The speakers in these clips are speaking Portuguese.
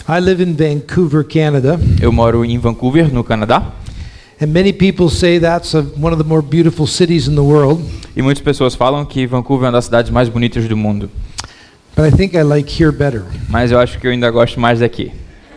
I live in Vancouver, Canada. Eu moro em Vancouver, no Canadá. And many people say that's one of the more beautiful cities in the world. E muitas pessoas falam que Vancouver é uma das cidades mais bonitas do mundo. But I think I like here better. Mas eu acho que eu ainda gosto mais daqui.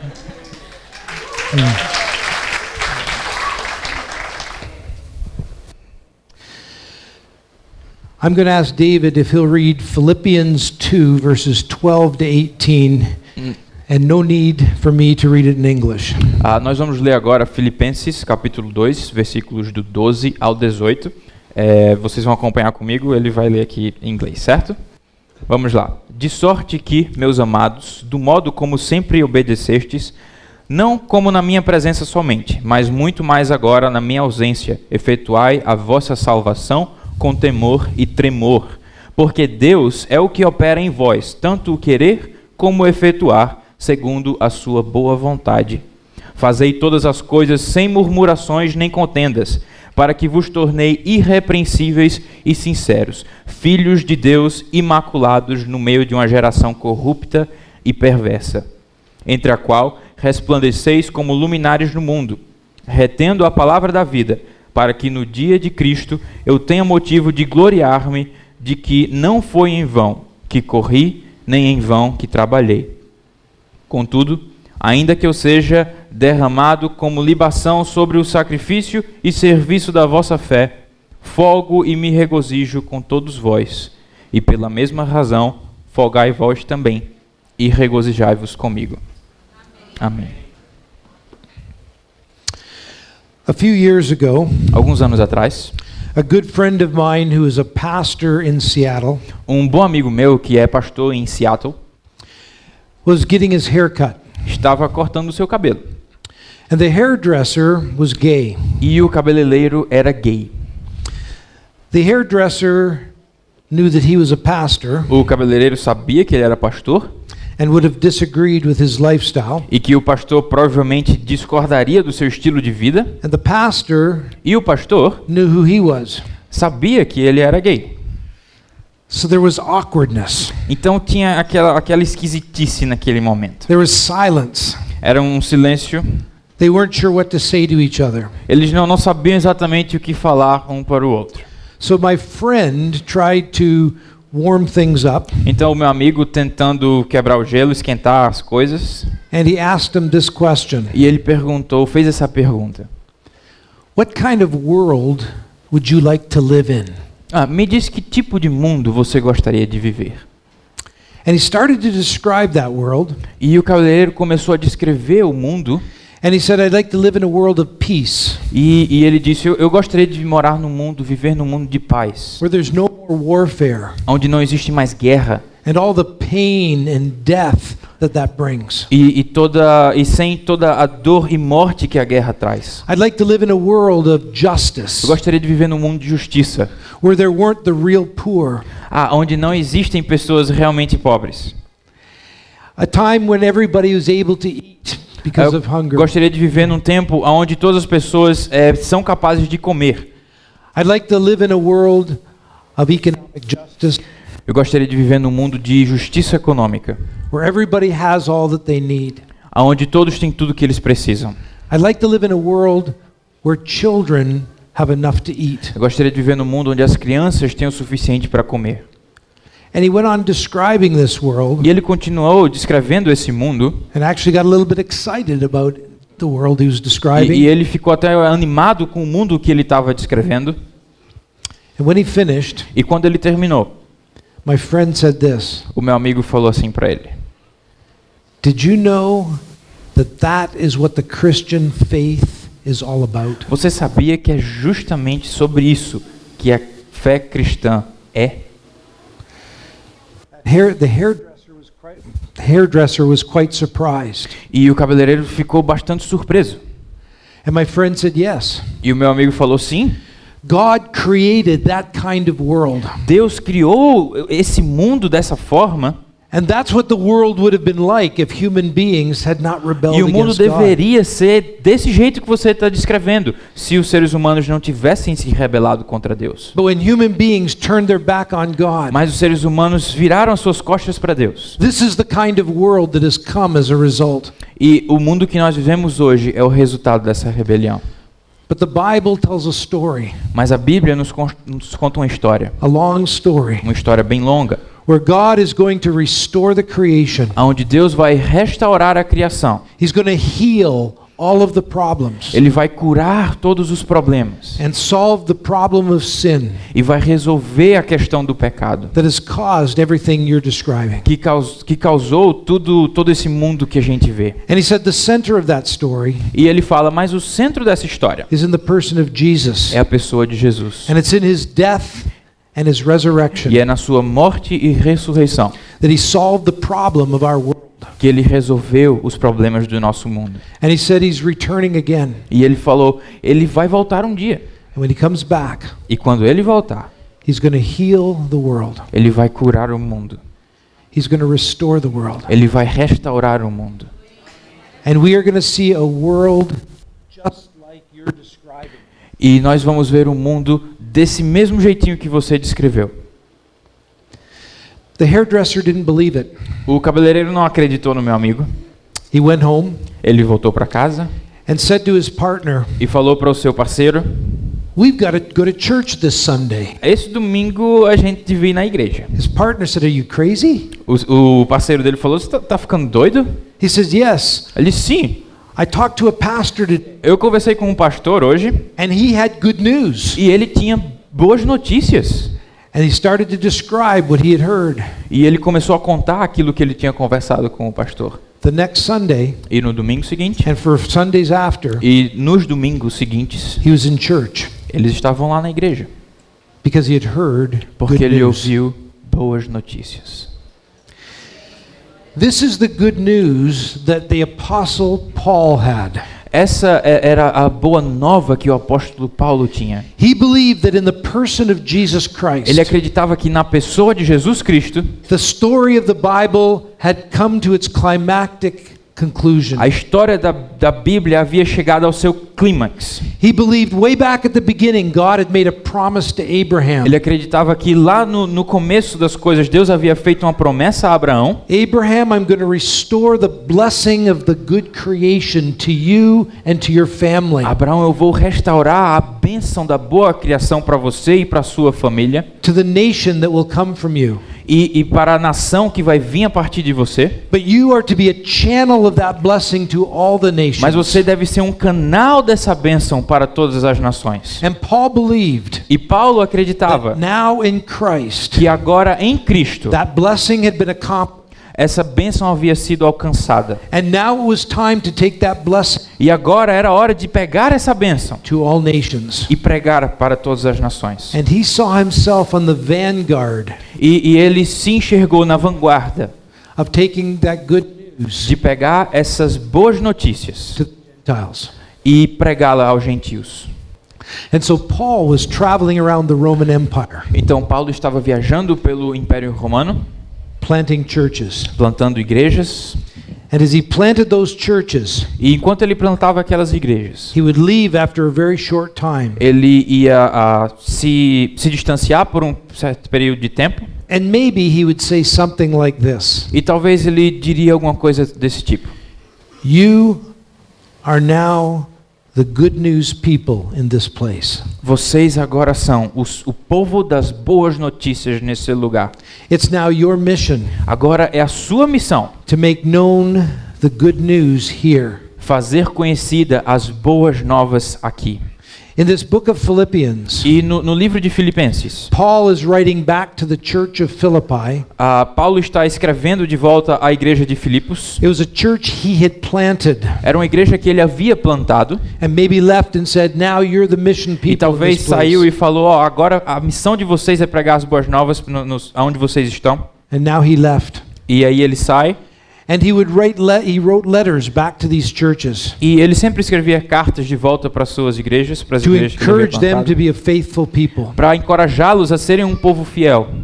I'm going to ask David if he'll read Philippians 2 verses 12 to 18 and no need for me to read it in English. Nós vamos ler agora Filipenses capítulo 2, versículos do 12 ao 18. Vocês vão acompanhar comigo, ele vai ler aqui em inglês, certo? Vamos lá. De sorte que, meus amados, do modo como sempre obedecestes, não como na minha presença somente, mas muito mais agora na minha ausência, efetuai a vossa salvação com temor e tremor, porque Deus é o que opera em vós, tanto o querer como o efetuar, segundo a sua boa vontade. Fazei todas as coisas sem murmurações nem contendas, para que vos tornei irrepreensíveis e sinceros, filhos de Deus imaculados no meio de uma geração corrupta e perversa, entre a qual resplandeceis como luminares no mundo, retendo a palavra da vida, para que no dia de Cristo eu tenha motivo de gloriar-me de que não foi em vão que corri, nem em vão que trabalhei. Contudo, ainda que eu seja derramado como libação sobre o sacrifício e serviço da vossa fé, folgo e me regozijo com todos vós, e pela mesma razão folgai vós também, e regozijai-vos comigo. Amém. A few years ago, alguns anos atrás, a good friend of mine who is a pastor in Seattle, bom amigo meu que é pastor em Seattle, was getting his hair cut. Estava cortando o seu cabelo. And the hairdresser was gay. E o cabeleireiro era gay. The hairdresser knew that he was a pastor. O cabeleireiro sabia que ele era pastor. And would have disagreed with his lifestyle. E que o pastor provavelmente discordaria do seu estilo de vida. And the pastor e o pastor knew who he was. Sabia que ele era gay. So there was awkwardness. Então tinha aquela esquisitice naquele momento. There was silence. Era um silêncio. They weren't sure what to say to each other. Eles não sabiam exatamente o que falar um para o outro. So my friend tried to warm things up. Então o meu amigo tentando quebrar o gelo, esquentar as coisas. And he asked him this question. E ele fez essa pergunta. What kind of world would you like to live in? Me diz que tipo de mundo você gostaria de viver? And he started to describe that world. E o cabeleireiro começou a descrever o mundo. And he said, I'd like to live in a world of peace. E ele disse, eu gostaria de morar no mundo, viver num mundo de paz. Where there's no more warfare. Onde não existe mais guerra. And all the pain and death that brings. E sem toda a dor e morte que a guerra traz. I'd like to live in a world of justice. Eu gostaria de viver num mundo de justiça. Where there weren't the real poor. Onde não existem pessoas realmente pobres. A time when everybody was able to eat. Because of hunger. Gostaria de viver num tempo onde todas as pessoas são capazes de comer. I'd like to live in a world of economic justice. Eu gostaria de viver num mundo de justiça econômica. Where everybody has all that they need. Onde todos têm tudo que eles precisam. I'd like to live in a world where children have enough to eat. Eu gostaria de viver num mundo onde as crianças têm o suficiente para comer. And he went on describing this world. E ele continuou descrevendo esse mundo. And actually got a little bit excited about the world he was describing. E ele ficou até animado com o mundo que ele estava descrevendo. And when he finished, e quando ele terminou, my friend said this. O meu amigo falou assim para ele. Did you know that is what the Christian faith is all about? Você sabia que é justamente sobre isso que a fé cristã é? The hairdresser was quite surprised. E o cabeleireiro ficou bastante surpreso. And my friend said yes. E o meu amigo falou sim. God created that kind of world. Deus criou esse mundo dessa forma. And that's what the world would have been like if human beings had not rebelled E o mundo against God. deveria ser desse jeito que você está descrevendo, se os seres humanos não tivessem se rebelado contra Deus. But when human beings turned their back on God, Mas os seres humanos viraram as suas costas para Deus. this is the kind of world that has come as a result. E o mundo que nós vivemos hoje é o resultado dessa rebelião. But the Bible tells a story, Mas a Bíblia nos conta uma história a story, bem longa, where God is going to restore the creation. onde Deus vai restaurar a criação. He's going to heal all of the problems Ele vai curar todos os problemas and solve the problem of sin e vai resolver a questão do pecado that has caused everything you're describing. que causou todo esse mundo que a gente vê. And he said the center of that story E ele fala, mas o centro dessa história is in the person of Jesus. é a pessoa de Jesus. And it's in his death and his resurrection E é na sua morte e ressurreição that he solved the problem of our world. que ele resolveu os problemas do nosso mundo. And he said he's returning again. E ele falou, ele vai voltar um dia. And when he comes back, E quando ele voltar, he's going to heal the world. ele vai curar o mundo. He's going to restore the world. Ele vai restaurar o mundo. And we are going to see a world just like you're describing. E nós vamos ver um mundo desse mesmo jeitinho que você descreveu. The hairdresser didn't believe it. O cabeleireiro não acreditou no meu amigo. He went home Ele voltou para casa and said to his partner, e falou para o seu parceiro, "We've got to go to church this Sunday." esse domingo a gente devia ir na igreja. His partner said, "Are you crazy?" O parceiro dele falou, você tá ficando doido? He says, "Yes. Ele disse, sim. I talked to a pastor today, Eu conversei com um pastor hoje and he had good news." e ele tinha boas notícias. And he started to describe what he had heard. E ele começou a contar aquilo que ele tinha conversado com o pastor. The next Sunday, E no domingo seguinte, and for Sundays after, e nos domingos seguintes, he was in church eles estavam lá na igreja, because he had heard porque good ele news. ouviu boas notícias. This is the good news that the apostle Paul had. Essa era a boa nova que o apóstolo Paulo tinha. He believed that in the person of Jesus Christ, Ele acreditava que na pessoa de Jesus Cristo, the story of the Bible had come to its climactic conclusion. a história da Bíblia havia chegado ao seu clímax. He believed way back at the beginning God had made a promise to Abraham. Ele acreditava que lá no começo das coisas Deus havia feito uma promessa a Abraão. Abraham, I'm going to restore the blessing of the good creation to you and to your family, Abraão, eu vou restaurar a bênção da boa criação para você e para sua família to the nation that will come from you. e para a nação que vai vir a partir de você. But you are to be a channel of that blessing to all the nations. Mas você deve ser um canal dessa bênção para todas as nações. And Paul believed E Paulo acreditava that now in Christ, que agora em Cristo that blessing had been accomplished. essa bênção havia sido alcançada. And now it was time to take that blessing E agora era a hora de pegar essa bênção to all nations. e pregar para todas as nações. And he saw himself on the vanguard E ele se enxergou na vanguarda of taking that good news de pegar essas boas notícias to the Gentiles. e pregá-la aos gentios. And so Paul was traveling around the Roman Empire, Então Paulo estava viajando pelo Império Romano, planting churches. plantando igrejas, And as he planted those churches, e enquanto ele plantava aquelas igrejas, he would leave after a very short time. ele ia se distanciar por um certo período de tempo, And maybe he would say something like this: e talvez ele diria alguma coisa desse tipo. "You are now the good news people in this place. Vocês agora são o povo das boas notícias nesse lugar. It's now your mission Agora é a sua missão to make known the good news here." fazer conhecida as boas novas aqui. In this book of Philippians, E no livro de Filipenses, Paul is writing back to the church of Philippi. Paulo está escrevendo de volta à igreja de Filipos. It was a church he had planted Era uma igreja que ele havia plantado and maybe left and said, "Now you're the mission e people talvez in this place." saiu e falou, agora a missão de vocês é pregar as boas novas aonde vocês estão. And now he left. E aí ele sai And he would he wrote letters back to these churches e ele sempre escrevia cartas de volta para suas igrejas, para as to igrejas que ele havia encourage them to plantado, be a faithful people. para encorajá-los a serem um povo fiel.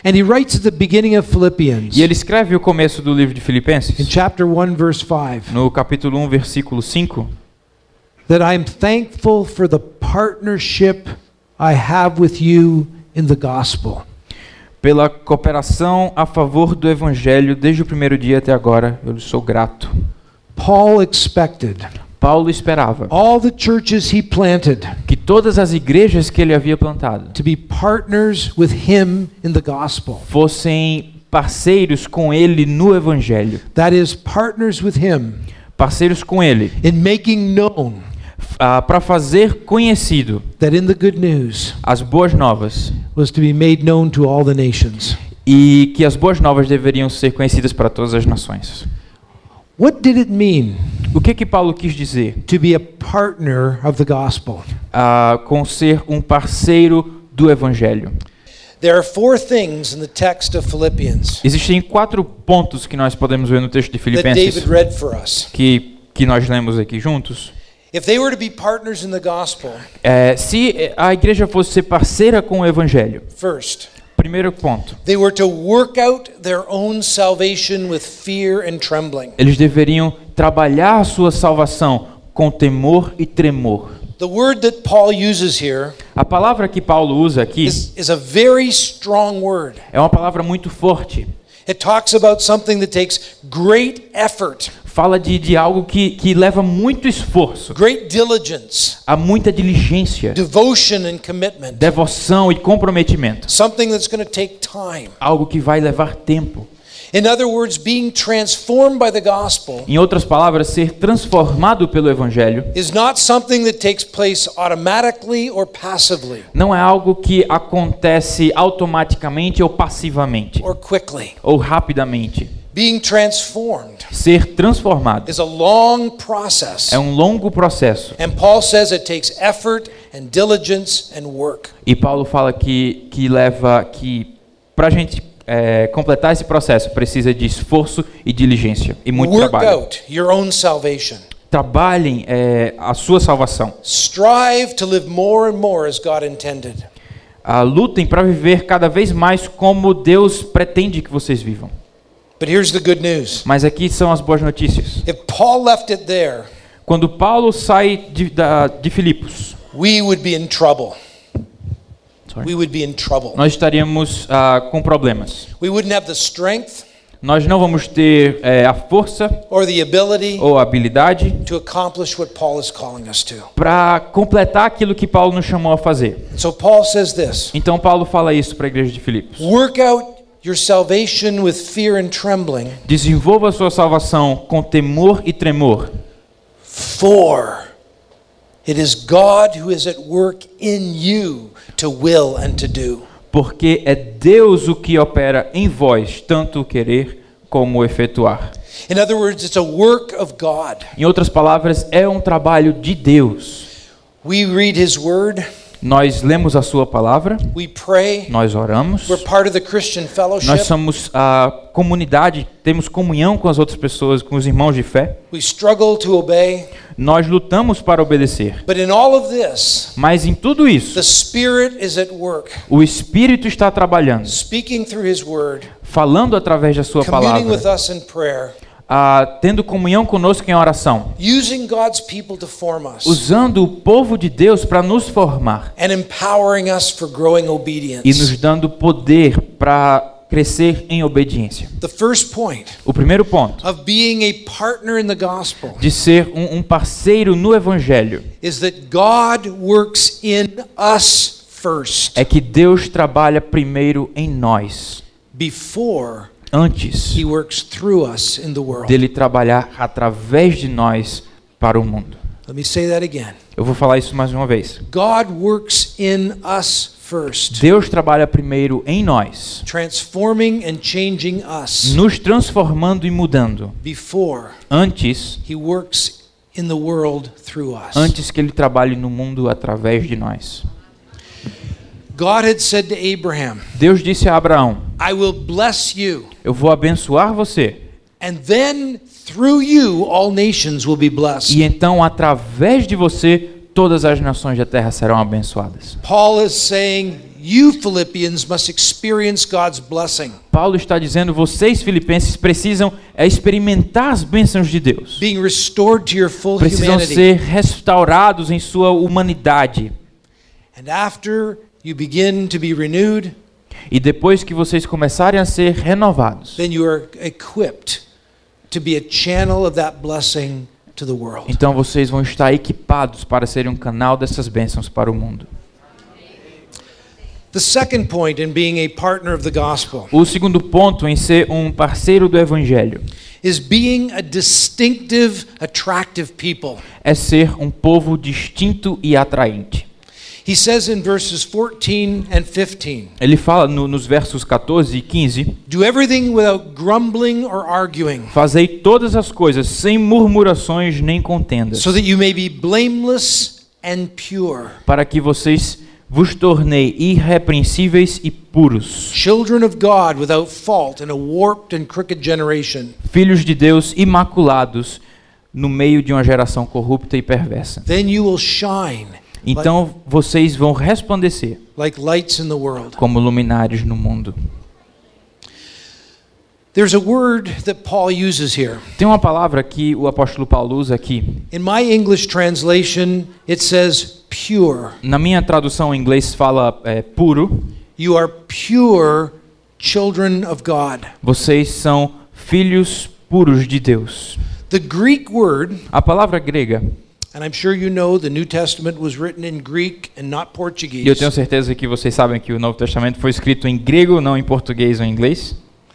And he writes at the beginning of Philippians, E ele escreve o começo do livro de in Filipenses, chapter 1, verse 5, no capítulo 1, versículo 5, that I'm thankful for the partnership I have with you in the gospel. pela cooperação a favor do Evangelho desde o primeiro dia até agora, eu lhe sou grato. Paul expected Paulo esperava all the churches he planted que todas as igrejas que ele havia plantado to be partners with him in the gospel. fossem parceiros com ele no Evangelho. That is, partners with him Parceiros com ele, in making known para fazer conhecido that in the good news as boas novas, was to be made known to all the nations. e que as boas novas deveriam ser conhecidas para todas as nações. What did it mean O que Paulo quis dizer to be a partner of the gospel? com ser um parceiro do Evangelho? There are 4 things in the text of Philippians Existem 4 pontos que nós podemos ver no texto de that Filipenses David read for us. que nós lemos aqui juntos. If they were to be partners in the gospel, Se a igreja fosse ser parceira com o Evangelho, first, primeiro ponto, they were to work out their own salvation with fear and trembling. eles deveriam trabalhar a sua salvação com temor e tremor. The word that Paul uses here A palavra que Paulo usa aqui is a very strong word. é uma palavra muito forte. It talks about something that takes great effort, Fala de algo que leva muito esforço, great diligence, há muita diligência, devotion and commitment. devoção e comprometimento. Something that's going to take time. Algo que vai levar tempo. In other words, being transformed by the gospel Em outras palavras, ser transformado pelo Evangelho is not something that takes place automatically or passively não é algo que acontece automaticamente ou passivamente, or quickly. ou rapidamente. Being transformed Ser transformado is a long process. é um longo processo. And Paul says it takes effort and diligence and work. E Paulo fala que para a gente completar esse processo precisa de esforço e diligência e muito Work trabalho. out your own salvation. Trabalhem a sua salvação. Strive to live more and more as God intended. Lutem para viver cada vez mais como Deus pretende que vocês vivam. But here's the good news. Mas aqui são as boas notícias. If Paul left it there, Quando Paulo sai de Filipos, we would be in trouble. Sorry. We would be in trouble. nós estaríamos com problemas. We wouldn't have the strength Nós não vamos ter a força or the ability ou a habilidade to accomplish what Paul is calling us to. para completar aquilo que Paulo nos chamou a fazer. So Paul says this: Então Paulo fala isso para a igreja de Filipos. work out your salvation with fear and trembling, Desenvolva a sua salvação com temor e tremor, for it is God who is at work in you to will and to do. porque é Deus o que opera em vós, tanto o querer como o efetuar. In other words, it's a work of God. Em outras palavras, é um trabalho de Deus. We read His Word, Nós lemos a sua palavra, we pray, nós oramos, we're part of the Christian nós fellowship, somos a comunidade, temos comunhão com as outras pessoas, com os irmãos de fé, we struggle to obey, nós lutamos para obedecer. but in all of this, Mas em tudo isso, the Spirit is at work, o Espírito está trabalhando, speaking through His Word, falando através da sua communing with palavra, us in prayer, tendo comunhão conosco em oração, using God's people to form us, usando o povo de Deus para nos formar and empowering us for growing e nos obedience. dando poder para crescer em obediência. The first point O primeiro ponto of being a partner in the gospel de ser um parceiro no Evangelho is that God works in us first é que Deus trabalha primeiro em nós, before antes He works through us in the world. dele trabalhar através de nós para o mundo. Let me say that again. Eu vou falar isso mais uma vez. God works in us first, Deus trabalha primeiro em nós, transforming and changing us nos transformando e mudando, before antes He works in the world through us. antes que ele trabalhe no mundo através de nós. God had said to Abraham, Deus disse a Abraão: I will bless you, eu vou abençoar você, and then through you all nations will be blessed. e então através de você todas as nações da terra serão abençoadas. Paul is saying, You Philippians must experience God's blessing, Paulo está dizendo, vocês filipenses precisam experimentar as bênçãos de Deus. being restored to your full Precisam humanity. ser restaurados em sua humanidade. And after you begin to be renewed, E depois que vocês começarem a ser renovados, then you are equipped to be a channel of that blessing to the world. então vocês vão estar equipados para serem um canal dessas bênçãos para o mundo. The second point in being a partner of the gospel O segundo ponto em ser um parceiro do evangelho is being a distinctive, attractive people. é ser um povo distinto e atraente. He says in verses 14 and 15, Ele fala nos versos 14 e 15, do everything without grumbling or arguing, fazei todas as coisas sem murmurações nem contendas, so that you may be blameless and pure, para que vocês vos tornei irrepreensíveis e puros, children of God without fault in a warped and crooked generation, filhos de Deus imaculados no meio de uma geração corrupta e perversa. then you will shine Então vocês vão resplandecer like lights in the world. como luminares no mundo. There's a word that Paul uses here. Tem uma palavra que o apóstolo Paulo usa aqui. In my English translation, it says pure. Na minha tradução em inglês fala puro. You are pure children of God. Vocês são filhos puros de Deus. The Greek word, A palavra grega, and I'm sure you know the New Testament was written in Greek and not e eu Portuguese. tenho certeza que vocês sabem que o Novo Testamento foi escrito em grego, não em português ou em inglês.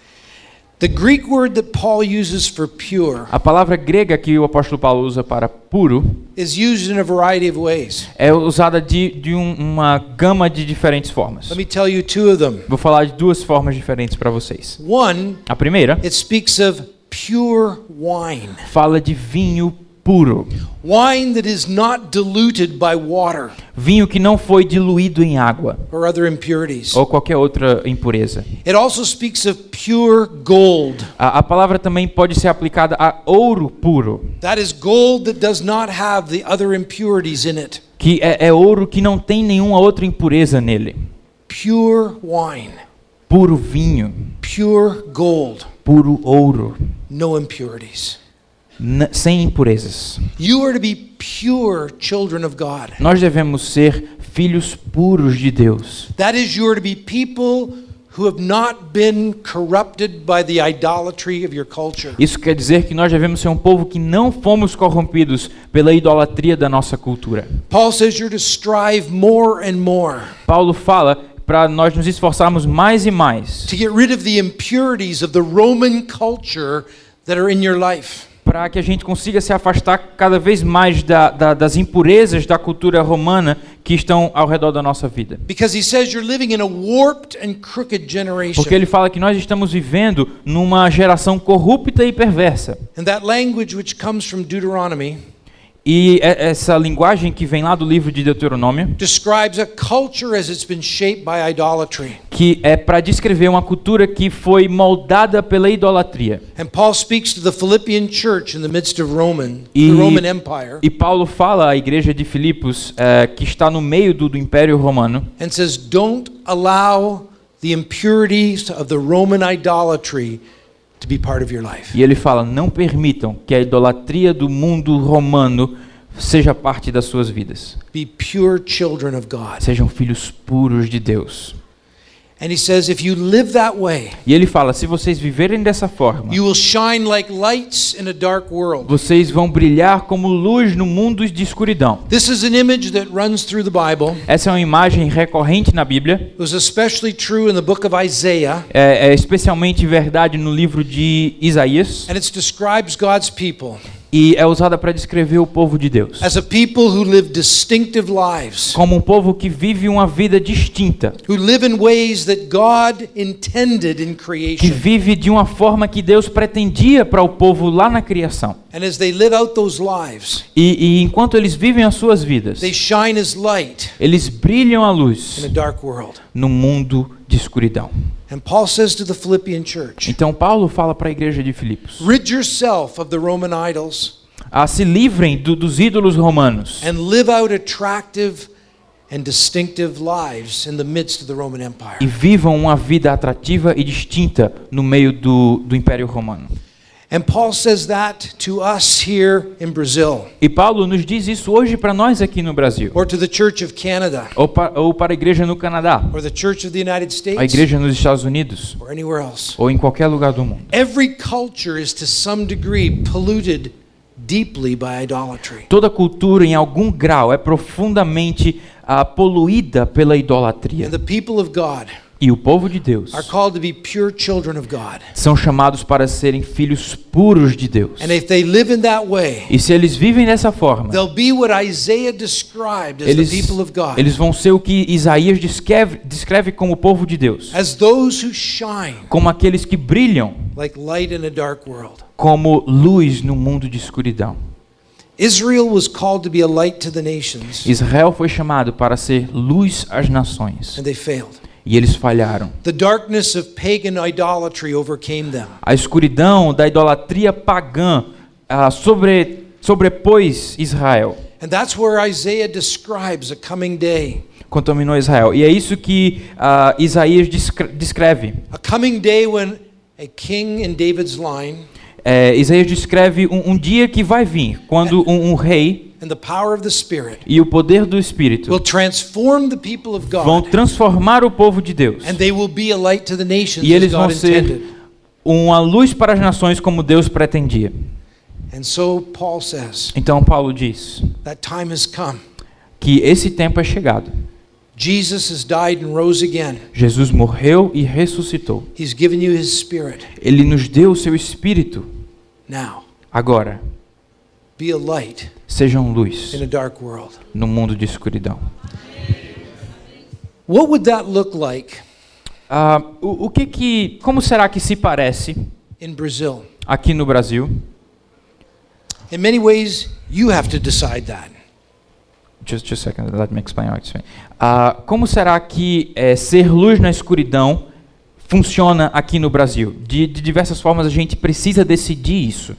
The Greek word that Paul uses for pure A palavra grega que o apóstolo Paulo usa para puro is used in a variety of ways. é usada de uma gama de diferentes formas. Let me tell you two of them. Vou falar de duas formas diferentes para vocês. One, A primeira it speaks of pure wine. fala de vinho puro. Wine that is not diluted by water Vinho que não foi diluído em água or other impurities. ou qualquer outra impureza. It also speaks of pure gold. A palavra também pode ser aplicada a ouro puro, That is gold that does not have the other impurities in it. que é ouro que não tem nenhuma outra impureza nele. Pure wine, Puro vinho, pure gold, puro ouro, no impurities. sem impurezas. You are to be pure children of God. Nós devemos ser filhos puros de Deus. That is, you are to be people who have not been corrupted by the idolatry of your culture. Isso quer dizer que nós devemos ser um povo que não fomos corrompidos pela idolatria da nossa cultura. Paul says you're to strive more and more Paulo fala para nós nos esforçarmos mais e mais to get rid of the impurities of the Roman culture that are in your life. para que a gente consiga se afastar cada vez mais das impurezas da cultura romana que estão ao redor da nossa vida. Because he says you're living in a warped and crooked generation. Porque ele fala que nós estamos vivendo numa geração corrupta e perversa. And that language which comes from Deuteronomy E essa linguagem que vem lá do livro de Deuteronômio, describes a culture as it's been shaped by idolatry. que é para descrever uma cultura que foi moldada pela idolatria. And Paul speaks to the Philippian church in the midst of the Roman Empire E Paulo fala à igreja de Filipos, que está no meio do Império Romano, and says, don't allow the impurities of the Roman idolatry to be part of your life. e ele fala, não permitam que a idolatria do mundo romano seja parte das suas vidas. Be pure children of God. Sejam filhos puros de Deus. And he says, if you live that way, E ele fala, se vocês viverem dessa forma, you will shine like lights in a dark world. vocês vão brilhar como luz no mundo de escuridão. This is an image that runs through the Bible. Essa é uma imagem recorrente na Bíblia. It was especially true in the book of Isaiah, É especialmente verdade no livro de Isaías. and it describes God's people E é usada para descrever o povo de Deus as a people who live distinctive lives, como um povo que vive uma vida distinta, who live in ways that God intended in que creation. vive de uma forma que Deus pretendia para o povo lá na criação. And as they live out those lives, E enquanto eles vivem as suas vidas, they shine as light eles brilham a luz in a dark world. no mundo de escuridão. And Paul says to the Philippian church, Então Paulo fala para a igreja de Filipos, rid yourself of the Roman idols se livrem dos ídolos romanos and live out attractive and distinctive lives in the midst of the Roman Empire. e vivam uma vida atrativa e distinta no meio do Império Romano. And Paul says that to us here in Brazil, E Paulo nos diz isso hoje para nós aqui no Brasil, or to the Church of Canada, ou para a igreja no Canadá, or the Church of the United a States, igreja nos Estados Unidos, or anywhere else. ou em qualquer lugar do mundo. Every culture is to some degree polluted deeply by idolatry. Toda cultura, em algum grau, é profundamente poluída pela idolatria. And the people of God E o povo de Deus are called to be pure children of God. são chamados para serem filhos puros de Deus. And if they live in that way, E se eles vivem dessa forma, they'll be what Isaiah described as the people of God, eles vão ser o que Isaías descreve como o povo de Deus, as those who shine como aqueles que brilham like light in a dark world. como luz no mundo de escuridão. Israel was called to be a light to the nations, Israel foi chamado para ser luz às nações, and they failed. e eles falharam. The darkness of pagan idolatry overcame them. A escuridão da idolatria pagã sobrepôs Israel, And that's where Isaiah describes a coming day. contaminou Israel. E é isso que Isaías descreve. A coming day when a king in David's line Isaías descreve um dia que vai vir, quando um rei and the power of the Spirit e o poder do Espírito will transform the people of vão God, transformar o povo de Deus. and they will be a light to the nations E as eles vão God ser intended. uma luz para as nações como Deus pretendia. And so Paul says Então Paulo diz that time has come. que esse tempo é chegado. Jesus has died and rose again. Jesus morreu e ressuscitou. He's given you his Spirit. Ele nos deu o seu Espírito. Now, Agora, be a light sejam luz in a dark world. no mundo de escuridão. What would that look like Como será que se parece in Brazil? aqui no Brasil? In many ways, you have to decide that. Just a second, let me explain how it's como será que ser luz na escuridão funciona aqui no Brasil? De diversas formas a gente precisa decidir isso.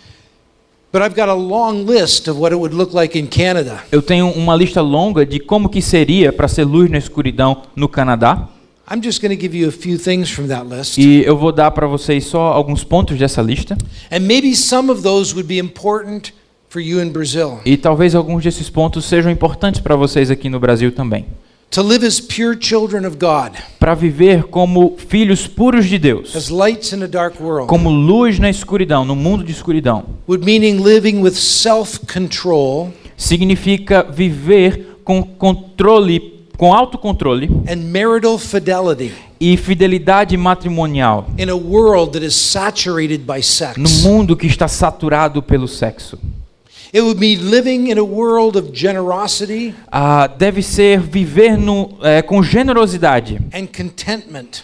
But I've got a long list of what it would look like in Canada. Eu tenho uma lista longa de como que seria para ser luz na escuridão no Canadá. I'm just going to give you a few things from that list. E eu vou dar para vocês só alguns pontos dessa lista. And maybe some of those would be important for you in Brazil. E talvez alguns desses pontos sejam importantes para vocês aqui no Brasil também. To live as pure children of God, Para viver como filhos puros de Deus, as lights in a dark world, como luz na escuridão, no mundo de escuridão, would meaning living with self-control significa viver com controle, com autocontrole and marital fidelity e fidelidade matrimonial in a world that is saturated by sex. no mundo que está saturado pelo sexo. It would be living in a world of generosity Deve ser viver com generosidade and contentment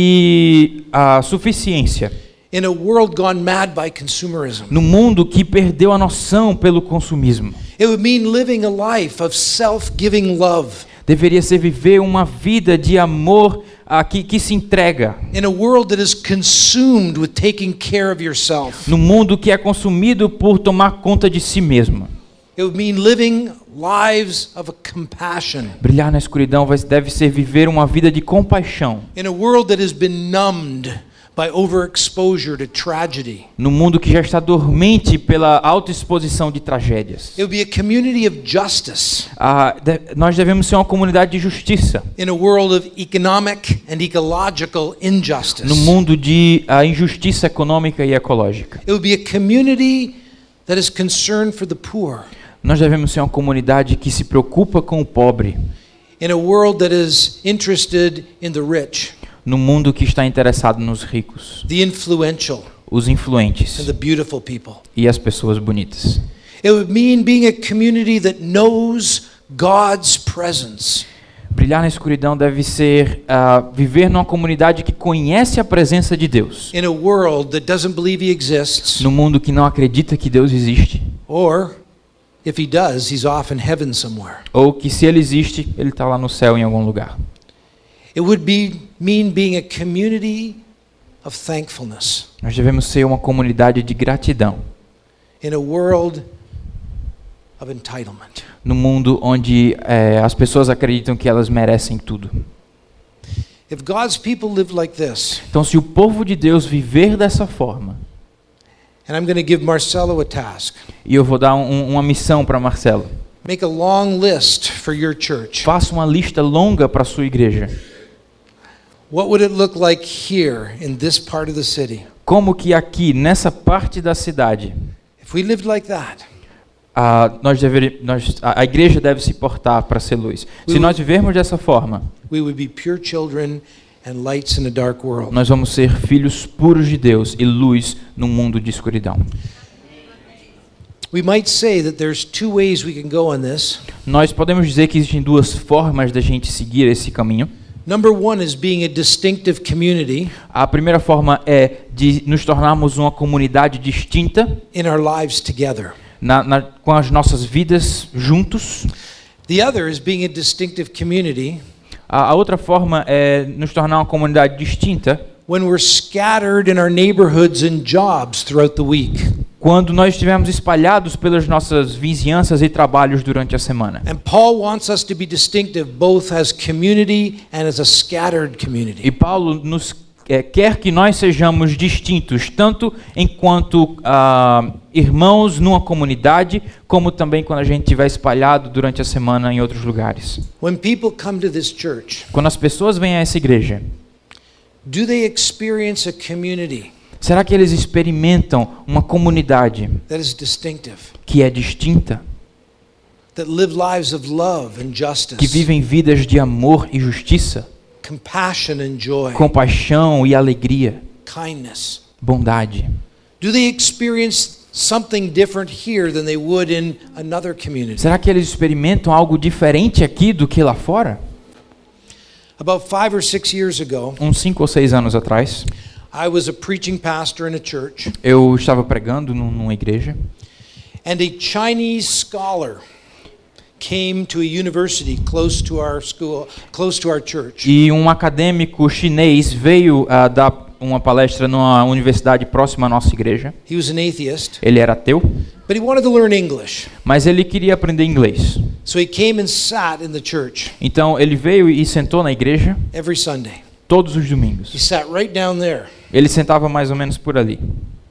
e suficiência in a world gone mad by consumerism. no mundo que perdeu a noção pelo consumismo. It would mean living a life of self-giving love Deveria ser viver uma vida de amor que se entrega. in a world that is consumed with taking care of yourself. No mundo que é consumido por tomar conta de si mesmo. It would mean living lives of compassion Brilhar na escuridão deve ser viver uma vida de compaixão. in a world that has been numbed by overexposure to tragedy. No mundo que já está dormente pela autoexposição de tragédias. It would be a community of justice Nós devemos ser uma comunidade de justiça. in a world of economic and ecological injustice. No mundo de injustiça econômica e ecológica. It would be a community that is concerned for the poor Nós devemos ser uma comunidade que se preocupa com o pobre. in a world that is interested in the rich, No mundo que está interessado nos ricos, the influential, os and influentes the beautiful people. e as pessoas bonitas. It would mean being a community that knows God's presence. Brilhar na escuridão deve ser viver numa comunidade que conhece a presença de Deus. In a world that doesn't believe he exists, No mundo que não acredita que Deus existe. or if he does, he's off in heaven somewhere. Ou que se ele existe, ele está lá no céu em algum lugar. It would mean being a community of thankfulness Nós devemos ser uma comunidade de gratidão. in a world of entitlement. No mundo onde as pessoas acreditam que elas merecem tudo. If God's people live like this, Então, se o povo de Deus viver dessa forma, and I'm going to give Marcelo a task, e eu vou dar uma missão para Marcelo, make a long list for your church. faça uma lista longa para a sua igreja. What would it look like here in this part of the city? Como que aqui, nessa parte da cidade, If we lived like that, a igreja deve se portar para ser luz. Se nós vivermos dessa forma, we would be pure children and lights in a dark world. nós vamos ser filhos puros de Deus e luz num mundo de escuridão. We might say that there's two ways we can go on this. Nós podemos dizer que existem duas formas da gente seguir esse caminho. Number one is being a distinctive community A primeira forma é de nos tornarmos uma comunidade distinta in our lives together. com as nossas vidas juntos. The other is being a distinctive community A outra forma é nos tornar uma comunidade distinta when we're scattered in our neighborhoods and jobs throughout the week. quando nós estivermos espalhados pelas nossas vizinhanças e trabalhos durante a semana. And Paul wants us to be distinctive both as community and as a scattered E community. Paulo quer que nós sejamos distintos, tanto enquanto irmãos numa comunidade, como também quando a gente estiver espalhado durante a semana em outros lugares. When people come to this church, Quando as pessoas vêm a essa igreja, do they experience a community será que eles experimentam uma comunidade that is distinctive, que é distinta, that live lives of love and que justice, vivem vidas de amor e justiça, compassion and joy, compaixão e alegria, kindness? bondade? Do they experience something different here than they would in another community? Será que eles experimentam algo diferente aqui do que lá fora? About 5 or 6 years ago, Uns 5 ou 6 anos atrás, I was a preaching pastor in a church, eu estava pregando numa igreja and a Chinese scholar came to a university close to our school, close to our church. e um acadêmico chinês veio dar uma palestra numa universidade próxima à nossa igreja. He was an atheist, Ele era ateu, but he wanted to learn English. mas ele queria aprender inglês. So he came and sat in the church Então ele veio e sentou na igreja every Sunday. todos os He domingos. sat right down there. Ele sentava mais ou menos por ali.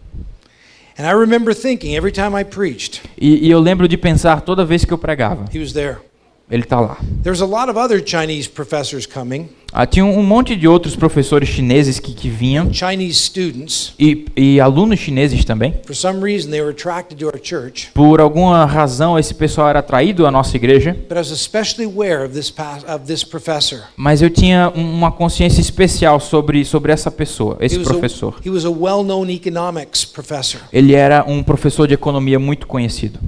And I remember thinking every time I preached, E eu lembro de pensar toda vez que eu pregava, he was there. ele está lá. There's a lot of other Chinese professors coming, Tinha um monte de outros professores chineses que vinham, Chinese students. e alunos chineses também. For some reason, they were attracted to our church. Por alguma razão, esse pessoal era atraído à nossa igreja, But I was especially aware of this professor. mas eu tinha uma consciência especial sobre essa pessoa, esse professor. He was a well-known economics professor. Ele era um professor de economia muito conhecido.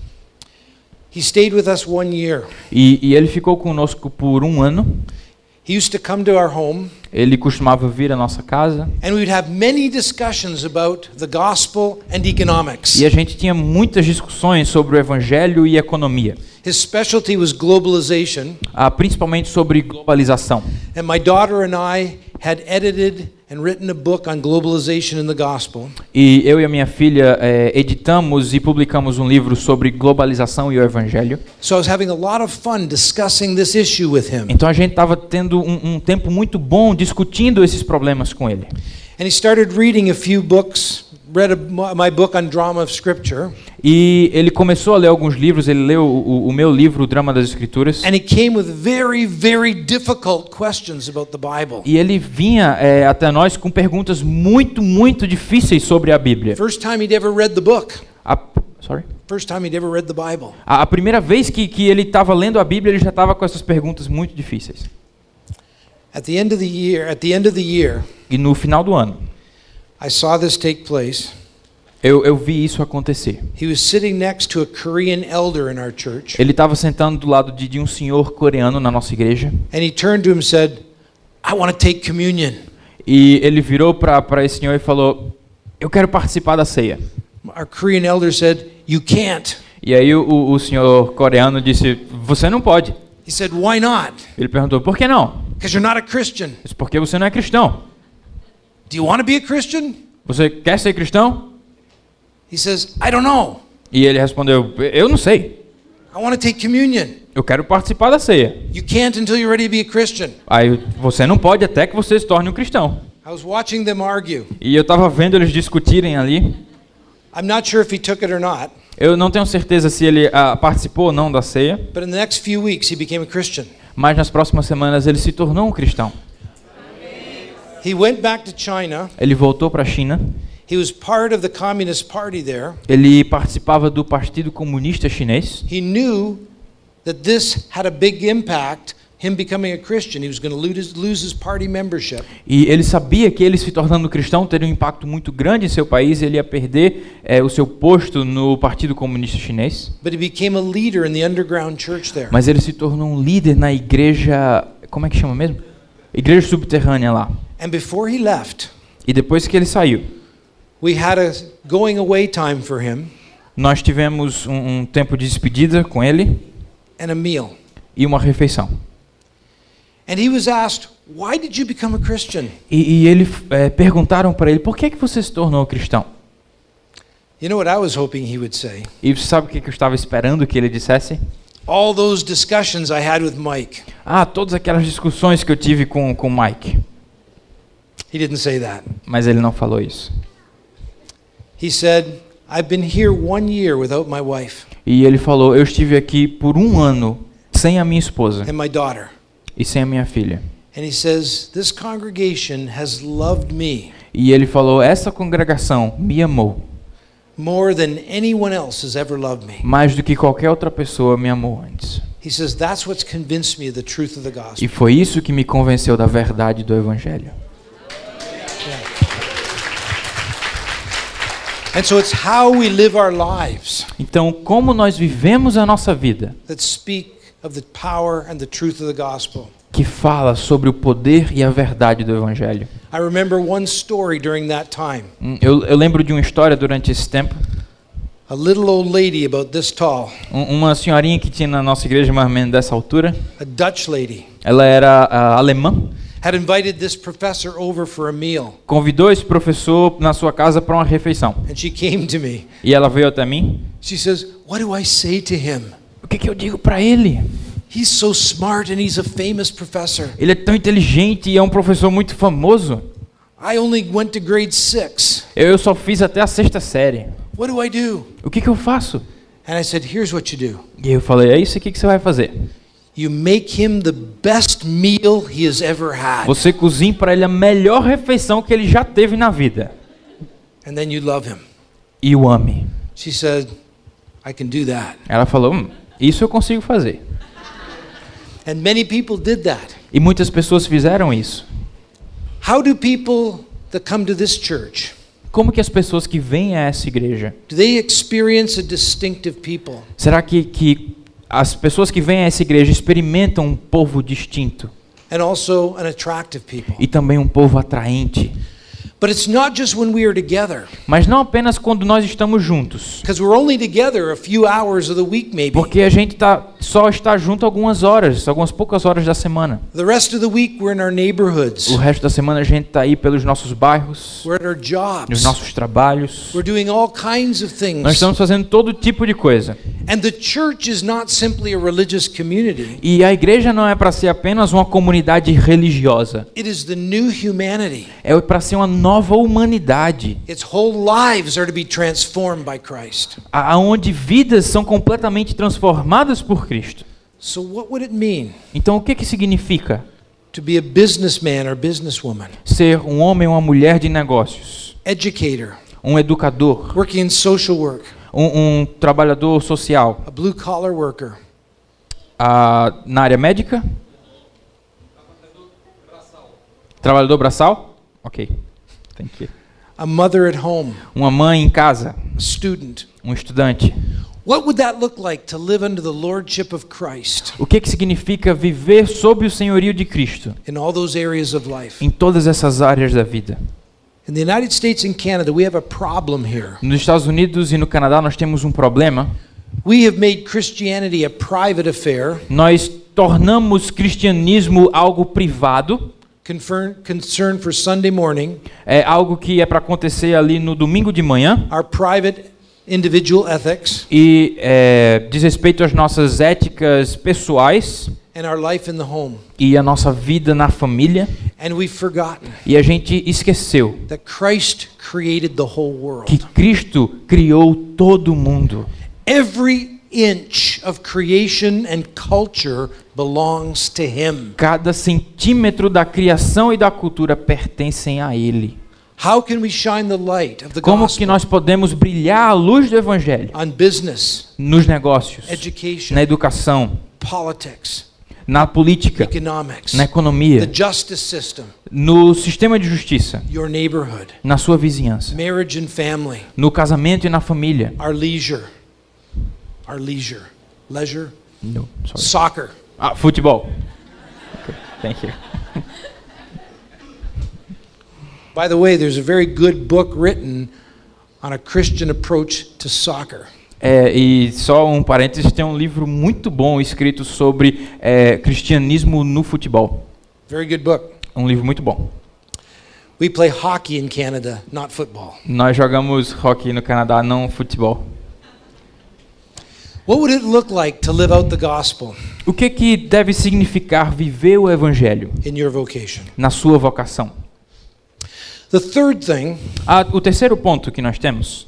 He stayed with us 1 year. E ele ficou conosco por 1 ano. He used to come to our home, Ele costumava vir à nossa casa. and we would have many discussions about the gospel and economics. E a gente tinha muitas discussões sobre o evangelho e economia. His specialty was globalization, Principalmente sobre globalização. and my daughter and I had edited and written a book on globalization and the gospel. E eu e a minha filha editamos e publicamos um livro sobre globalização e o evangelho. So I was having a lot of fun discussing this issue with him. Então a gente estava tendo um tempo muito bom discutindo esses problemas com ele. And he started reading a few books, read my book on drama of scripture. E ele começou a ler alguns livros, ele leu o meu livro, O Drama das Escrituras. And he came with very, very difficult questions about the Bible. E ele vinha até nós com perguntas muito, muito difíceis sobre a Bíblia. First time he'd ever read the book. First time he'd ever read the Bible. A primeira vez que ele estava lendo a Bíblia, ele já estava com essas perguntas muito difíceis. At the end of the year, E no final do ano, I saw this take place. eu vi isso acontecer. He was sitting next to a Korean elder in our church. Ele estava sentando do lado de um senhor coreano na nossa igreja. And he turned to him and said, "I want to take communion." E ele virou para esse senhor e falou: "Eu quero participar da ceia." Our Korean elder said, "You can't." E aí o senhor coreano disse: "Você não pode." He said, "Why not?" Ele perguntou: "Por que não?" Because you're not a Christian. Disse: "Porque você não é cristão." Do you want to be a Christian? "Você quer ser cristão?" He says, "I don't know." E ele respondeu: "Eu não sei." I want to take communion. Eu quero participar da ceia. You can't until you're ready to be a Christian. Aí você não pode até que você se torne um cristão. I was watching them argue. E eu estava vendo eles discutirem ali. I'm not sure if he took it or not. Eu não tenho certeza se ele participou ou não da ceia. But in the next few weeks he became a Christian. Mas nas próximas semanas ele se tornou um cristão. He went back to China. Ele voltou para a China. He was part of the Communist Party there. Ele participava do Partido Comunista Chinês. He knew that this had a big impact. Him becoming a Christian, he was going to lose his party membership. E ele sabia que ele se tornando cristão teria um impacto muito grande em seu país. Ele ia perder o seu posto no Partido Comunista Chinês. But he became a leader in the underground church there. Mas ele se tornou um líder na igreja, como é que chama mesmo? Igreja subterrânea lá. And before he left, E depois que ele saiu, we had a going away time for him nós tivemos um tempo de despedida com ele and a meal. e uma refeição. And he was asked, "Why did you become a Christian?" E ele perguntaram para ele, por que você se tornou cristão? You know what I was hoping he would say? E você sabe o que eu estava esperando que ele dissesse? All those discussions I had with Mike. Todas aquelas discussões que eu tive com o Mike. He didn't say that. Mas ele não falou isso. He said, "I've been here 1 year without my wife E ele falou, eu estive aqui por 1 ano sem a minha esposa and my daughter." e sem a minha filha. And he says, "This congregation has loved me E ele falou, essa congregação me amou more than anyone else has ever loved me." mais do que qualquer outra pessoa me amou antes. He says, "That's what's convinced me of the truth of the E gospel." foi isso que me convenceu da verdade do Evangelho. And so it's how we live our lives Então, como nós vivemos a nossa vida, that speak of the power and the truth of the gospel. que fala sobre o poder e a verdade do Evangelho. I remember one story during that time. Eu lembro de uma história durante esse tempo. A little old lady about this tall, Uma senhorinha que tinha na nossa igreja mais ou menos dessa altura. a Dutch lady, Ela era alemã. had invited this professor over for a meal. Convidou esse professor na sua casa para uma refeição. And she came to me. E ela veio até mim. She says, "What do I say to him? O que eu digo para ele? He's so smart and he's a famous professor. Ele é tão inteligente e é um professor muito famoso. I only went to grade 6. Eu só fiz até a 6ª série. What do I do?" O que eu faço? And I said, "Here's what you do. E eu falei, é isso aqui que você vai fazer. You make him the best meal he has ever had. Você cozinha para ele a melhor refeição que ele já teve na vida. And then you love him." E o ame. She said, "I can do that." Ela falou, isso eu consigo fazer. And many people did that. E muitas pessoas fizeram isso. How do people that come to this church, Como que as pessoas que vêm a essa igreja, do they experience a distinctive people? será que as pessoas que vêm a essa igreja experimentam um povo distinto And also an attractive people? e também um povo atraente? But it's not just when we are together, Mas não apenas quando nós estamos juntos, because we're only together a few hours of the week maybe. porque a gente só está junto algumas poucas horas da semana. The rest of the week we're in our neighborhoods. O resto da semana a gente está aí pelos nossos bairros, We're at our nos jobs. nossos trabalhos. We're doing all kinds of Nós things. estamos fazendo todo tipo de coisa. And the church is not simply a religious community. E a igreja não é para ser apenas uma comunidade religiosa. It is the new humanity. É para ser uma nova humanidade, Its whole lives are to be transformed by Christ. aonde vidas são completamente transformadas por Cristo. So what would it mean Então, o que significa to be a businessman or businesswoman, ser um homem ou uma mulher de negócios, educator, um educador, working in social work, um trabalhador social, a blue collar worker, na área médica? Trabalhador braçal? Ok. Thank you. a mother at home, Uma mãe em casa, a student? um estudante. What would that look like to live under the lordship of Christ O que significa viver sob o senhorio de Cristo in all those areas of life? em todas essas áreas da vida? In the United States and Canada, we have a problem here. Nos Estados Unidos e no Canadá nós temos um problema. We have made Christianity a private affair, Nós tornamos cristianismo algo privado, concern for Sunday morning, é algo que é para acontecer ali no domingo de manhã, our private individual ethics, e diz respeito às nossas éticas pessoais and our life in the home. e a nossa vida na família, And we've forgotten e a gente esqueceu that Christ created the whole world. que Cristo criou todo mundo. Every inch of creation and culture belongs to him. Cada centímetro da criação e da cultura pertencem a Ele. How can we shine the light of the Como que gospel nós podemos brilhar a luz do Evangelho on business, nos negócios, education, na educação, politics, na política, economics, na the economia, justice system, no sistema de justiça, your neighborhood, na sua vizinhança, marriage and family, no casamento e na família? our leisure, leisure, No, sorry. soccer. Futebol. Okay, thank you. By the way, there's a very good book written on a Christian approach to soccer. E só um parênteses, tem um livro muito bom escrito sobre cristianismo no futebol. Very good book. Um livro muito bom. We play hockey in Canada, not football. Nós jogamos hockey no Canadá, não futebol. What would it look like to live out the gospel O que deve significar viver o Evangelho in your vocation? na sua vocação? The third thing O terceiro ponto que nós temos,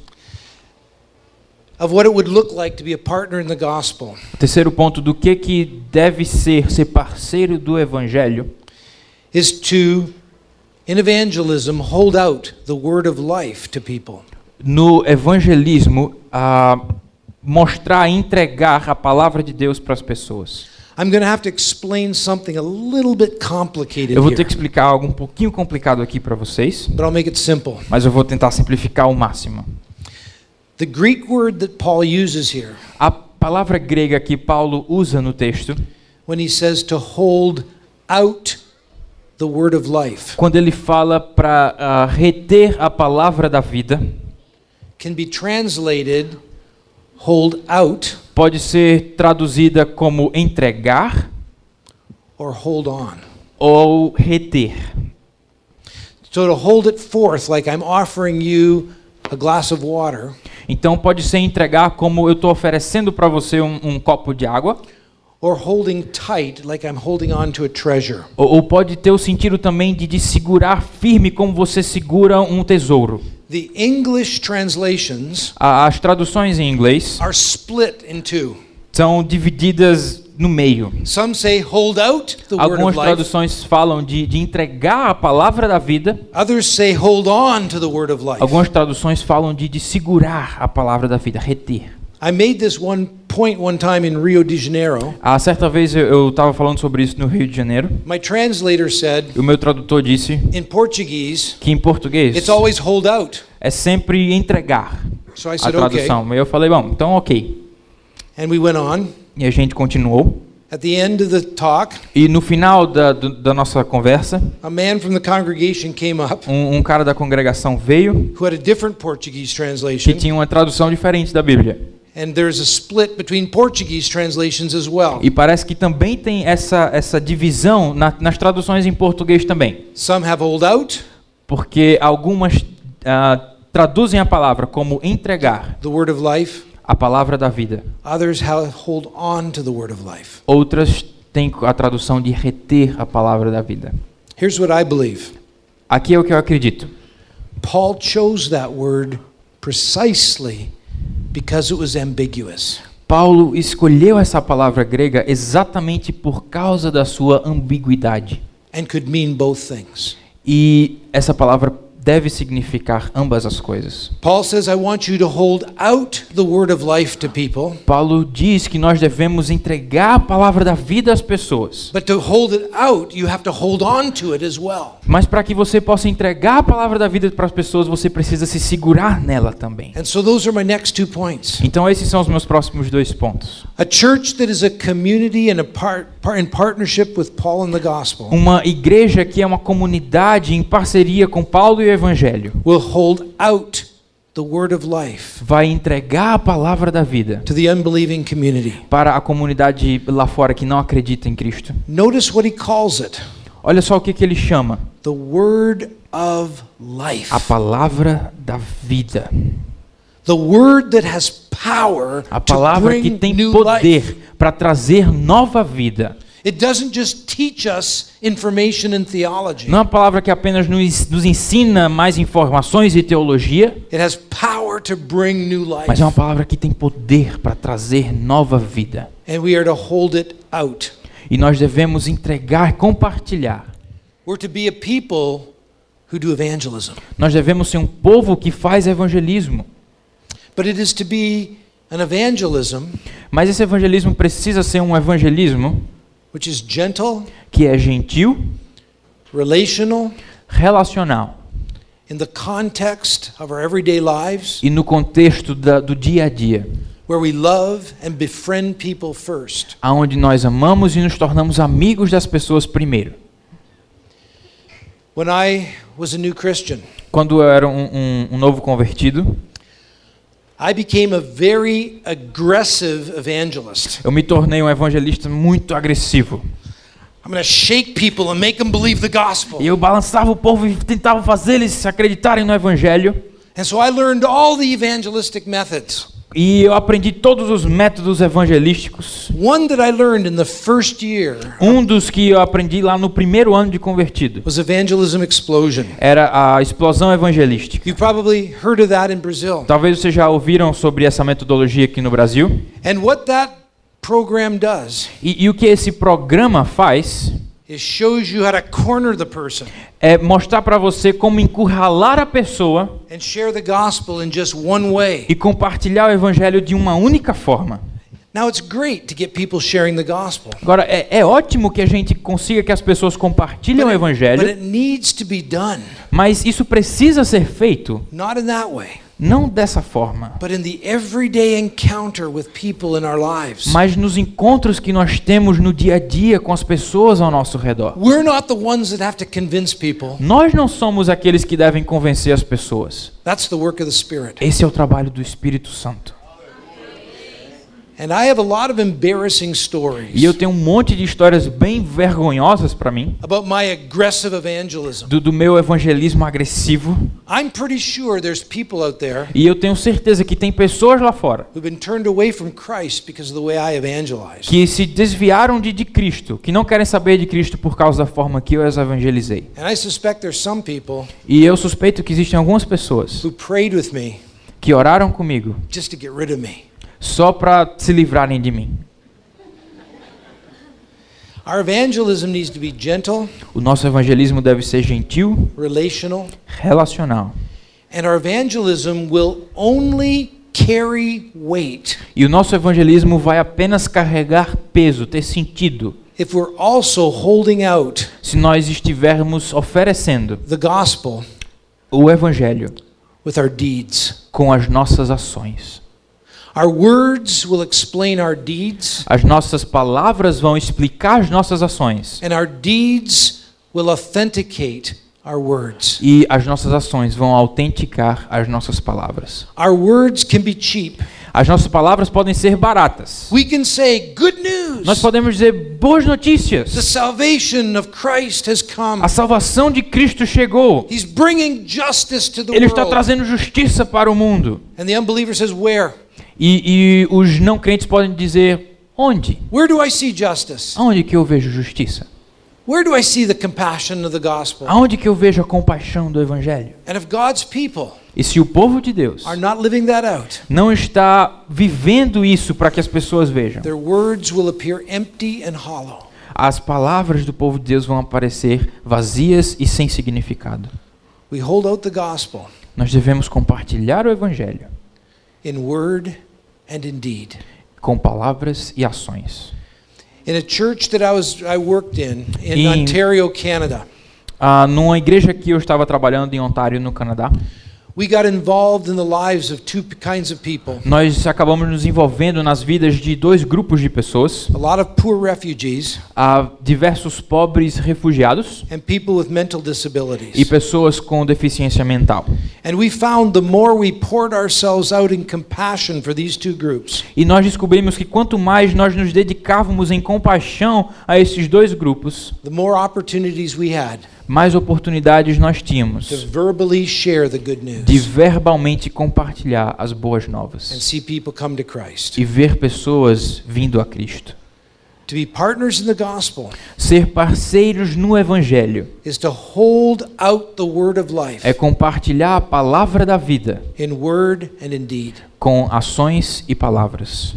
of what it would look like to be a partner in the gospel o terceiro ponto do que deve ser parceiro do Evangelho, is to, in evangelism, hold out the word of life to people. no evangelismo, mostrar, entregar a palavra de Deus para as pessoas. I'm going to have to explain something a little bit complicated Eu vou ter here, que explicar algo um pouquinho complicado aqui para vocês, but I'll make it simple. mas eu vou tentar simplificar ao máximo. The Greek word that Paul uses here, A palavra grega que Paulo usa no texto, when he says to hold out the word of life, quando ele fala para reter a palavra da vida, can be translated hold out pode ser traduzida como entregar or hold on. ou reter. So to hold it forth, like I'm offering you a glass of water, Então pode ser entregar como eu estou oferecendo para você um copo de água, or holding tight, like I'm holding on to a treasure. ou pode ter o sentido também de segurar firme como você segura um tesouro. The English translations As traduções em inglês are split in two. são divididas no meio. Some say hold out the word Algumas of life. traduções falam de entregar a palavra da vida. Others say hold on to the word of life. Algumas traduções falam de segurar a palavra da vida, reter. I made this point one time in Rio de Janeiro. Certa vez eu estava falando sobre isso no Rio de Janeiro. My translator said, O meu tradutor disse in Portuguese, que em português it's always hold out. é sempre entregar So I a said, okay. tradução. E eu falei, bom, então ok. And we went on. E a gente continuou. At the end of the talk, E no final da nossa conversa, a man from the congregation came up um cara da congregação veio who had a different Portuguese que translation. tinha uma tradução diferente da Bíblia. And there's a split between Portuguese translations as well. E parece que também tem essa divisão nas traduções em português também. Some have hold out, Porque algumas traduzem a palavra como entregar the word of life. a palavra da vida. Others hold on to the word of life. Outras têm a tradução de reter a palavra da vida. Here's what I believe. Aqui é o que eu acredito. Paul chose that word precisely because it was ambiguous. Paulo escolheu essa palavra grega exatamente por causa da sua ambiguidade. And could mean both things. E essa palavra deve significar ambas as coisas. Paul says, I want you to hold out the word of life to people, Paulo diz que nós devemos entregar a palavra da vida às pessoas. but to hold it out, you have to hold on to it as well. Mas para que você possa entregar a palavra da vida para as pessoas, você precisa se segurar nela também. And so those are my next 2 points. Então esses são os meus próximos 2 pontos. A church that is a community and in partnership with Paul and the gospel Uma igreja que é uma comunidade em parceria com Paulo e o Evangelho will hold out the word of life vai entregar a palavra da vida to the unbelieving community. para a comunidade lá fora que não acredita em Cristo. Notice what he calls it, Olha só o que ele chama: the word of life. a palavra da vida. The word that has power A to palavra que bring tem new life. poder para trazer nova vida. It doesn't just teach us information and theology. Não é uma palavra que apenas nos ensina mais informações e teologia, It has power to bring new life. mas é uma palavra que tem poder para trazer nova vida. And we are to hold it out. E nós devemos entregar, compartilhar. We're to be a people who do evangelism. Nós devemos ser um povo que faz evangelismo. But it is to be an evangelism Mas esse evangelismo precisa ser um evangelismo which is gentle, que é gentil, relational, relacional in the context of our everyday lives, e no contexto do dia a dia, where we love and befriend people first. aonde nós amamos e nos tornamos amigos das pessoas primeiro. When I was a new Christian, Quando eu era um novo convertido, I became a very aggressive evangelist. eu me tornei um evangelista muito agressivo. I'm going to shake people and make them believe the gospel. E eu balançava o povo e tentava fazer eles se acreditarem no evangelho. And so I learned all the evangelistic methods. E eu aprendi todos os métodos evangelísticos. One that I learned in the first year Um dos que eu aprendi lá no primeiro ano de convertido was evangelism explosion. era a explosão evangelística. You've probably heard of that in Brazil. Talvez vocês já ouviram sobre essa metodologia aqui no Brasil. And what that program does E o que esse programa faz is shows you how to corner the person é mostrar para você como encurralar a pessoa and share the gospel in just one way. e compartilhar o evangelho de uma única forma. Now it's great to get people sharing the gospel. Agora, é ótimo que a gente consiga que as pessoas compartilhem o But evangelho, it needs to be done, mas isso precisa ser feito not in that way, não dessa forma, but in the everyday encounter with people in our lives. mas nos encontros que nós temos no dia a dia com as pessoas ao nosso redor. We're not the ones that have to convince people. Nós não somos aqueles que devem convencer as pessoas. That's the work of the Spirit. Esse é o trabalho do Espírito Santo. And I have a lot of embarrassing stories E eu tenho um monte de histórias bem vergonhosas para mim about my aggressive evangelism. do meu evangelismo agressivo. I'm pretty sure there's people out there E eu tenho certeza que tem pessoas lá fora who've been turned away from Christ because of the way I evangelize. que se desviaram de Cristo, que não querem saber de Cristo por causa da forma que eu as evangelizei. And I suspect there's some people E eu suspeito que existem algumas pessoas who prayed with me que oraram comigo just to get rid of me. só para se livrarem de mim. Our evangelism needs to be gentle, O nosso evangelismo deve ser gentil, relational, relacional. and our evangelism will only carry weight E o nosso evangelismo vai apenas carregar peso, ter sentido, if we're also holding out se nós estivermos oferecendo the gospel o evangelho with our deeds. com as nossas ações. Our words will explain our deeds, As nossas palavras vão explicar as nossas ações. and our deeds will authenticate our words. E as nossas ações vão autenticar as nossas palavras. Our words can be cheap. As nossas palavras podem ser baratas. We can say, good Nós news, podemos dizer boas the notícias. salvation of Christ has come. A salvação de Cristo chegou. He's bringing justice to the Ele está world. trazendo justiça para o mundo. And the unbeliever says, where? E os não crentes podem dizer onde? Where do I see justice? Aonde que eu vejo justiça? Where do I see the compassion of the gospel? Aonde que eu vejo a compaixão do evangelho? And if God's people E se o povo de Deus are not living that out, não está vivendo isso para que as pessoas vejam, their words will appear empty and hollow. as palavras do povo de Deus vão aparecer vazias e sem significado. We hold out the gospel Nós devemos compartilhar o evangelho in word and in deed. com palavras e ações. In a church that I worked in In- Ontario, Canada, Numa igreja que eu estava trabalhando em Ontário, no Canadá, we got involved in the lives of two kinds of people. nós acabamos nos envolvendo nas vidas de dois grupos de pessoas, A lot of poor refugees diversos pobres refugiados and people with mental e disabilities. pessoas com deficiência mental. And we found the more we poured ourselves out in compassion for these two groups, E nós descobrimos que quanto mais nós nos dedicávamos em compaixão a esses dois grupos, the more opportunities we had mais oportunidades nós to tínhamos verbally share the good de news verbalmente compartilhar as boas and novas see people come to Christ. e ver pessoas vindo a Cristo. To be partners in the gospel Ser parceiros no Evangelho is to hold out the word of life é compartilhar a palavra da vida in word and in deed. com ações e palavras.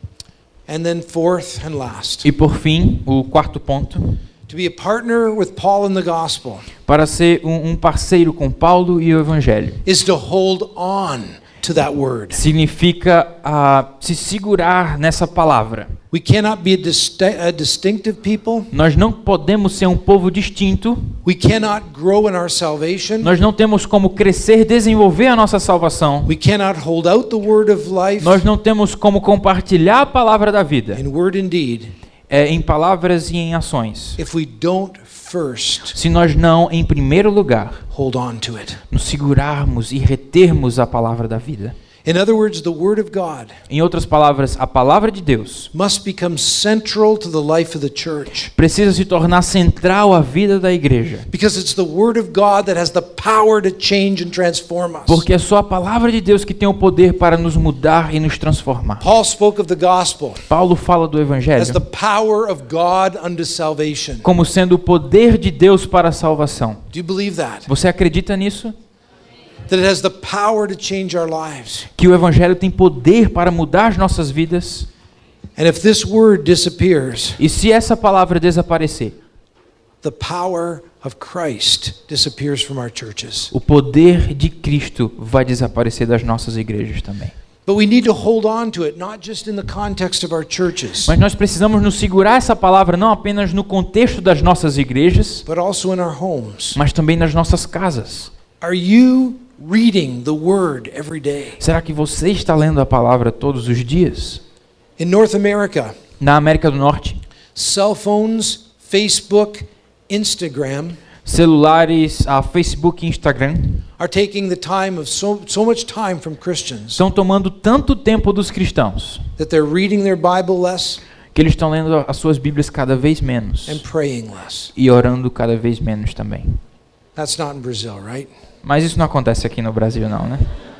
And then fourth and last, E por fim, o quarto ponto, to be a partner with Paul in the gospel para ser um parceiro com Paulo e o Evangelho, is to hold on to that word. significa se segurar nessa palavra. We cannot be a distinctive people. Nós não podemos ser um povo distinto, We cannot grow in our salvation. nós não temos como crescer, desenvolver a nossa salvação, We cannot hold out the word of life nós não temos como compartilhar a palavra da vida, in word and deed em palavras e em ações, if we don't first se nós não, em primeiro lugar, hold on to it. nos segurarmos e retermos a palavra da vida. In other words, the word of God Em outras palavras, a palavra de Deus must become central to the life of the church, precisa se tornar central à vida da igreja, because it's the word of God that has the power to change and transform us. porque é só a palavra de Deus que tem o poder para nos mudar e nos transformar. Paul spoke of the gospel Paulo fala do as Evangelho the power of God unto salvation. como sendo o poder de Deus para a salvação. Do you believe that? Você acredita nisso? That it has the power to change our lives. Que o Evangelho tem poder para mudar as nossas vidas? And if this word disappears, E se essa palavra desaparecer, the power of Christ disappears from our churches. o poder de Cristo vai desaparecer das nossas igrejas também. But we need to hold on to it, not just in the context of our churches, Mas nós precisamos nos segurar essa palavra não apenas no contexto das nossas igrejas, but also in our homes. mas também nas nossas casas. Are you reading the word every day? Será que você está lendo a palavra todos os dias? In North America, Na América do Norte, cell phones, Facebook, Instagram celulares, Facebook e Instagram are taking the time of so much time from Christians estão tomando tanto tempo dos cristãos that they're reading their Bible less que eles estão lendo as suas Bíblias cada vez menos and praying less. e orando cada vez menos também. That's not in Brazil, right? Mas isso não acontece aqui no Brasil não, né?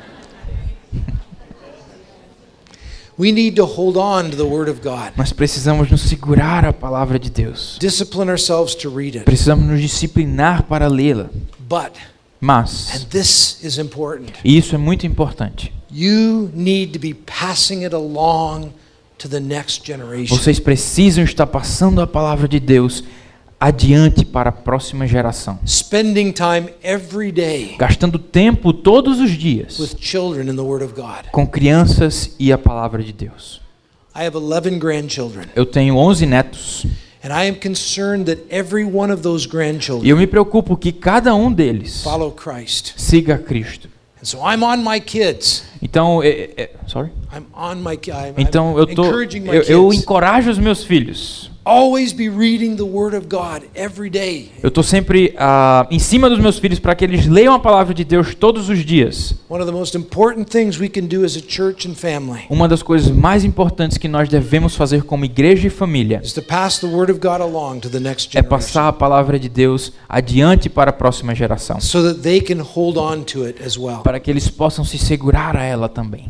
We need to hold on to the word of God. Nós precisamos nos segurar a palavra de Deus. Discipline ourselves to read it. Precisamos nos disciplinar para lê-la. But, Mas, and this is important, e isso é muito importante, you need to be passing it along to the next generation. vocês precisam estar passando a palavra de Deus adiante para a próxima geração. Spending time every day Gastando tempo todos os dias with children in the word of God. com crianças e a palavra de Deus. I have 11 grandchildren, Eu tenho 11 netos and I am concerned that every one of those e grandchildren eu me preocupo que cada um deles follow Christ. siga a Cristo. And so I'm on my kids. Então, sorry? I'm on my I'm Então encouraging my eu kids. encorajo os meus filhos. Always be reading the word of God every day. Eu estou sempre em cima dos meus filhos para que eles leiam a palavra de Deus todos os dias. One of the most important things we can do as a church and family Uma das coisas mais importantes que nós devemos fazer como igreja e família is to pass the word of God along to the next é generation passar a palavra de Deus adiante para a próxima geração, so that they can hold on to it as well. para que eles possam se segurar a ela também.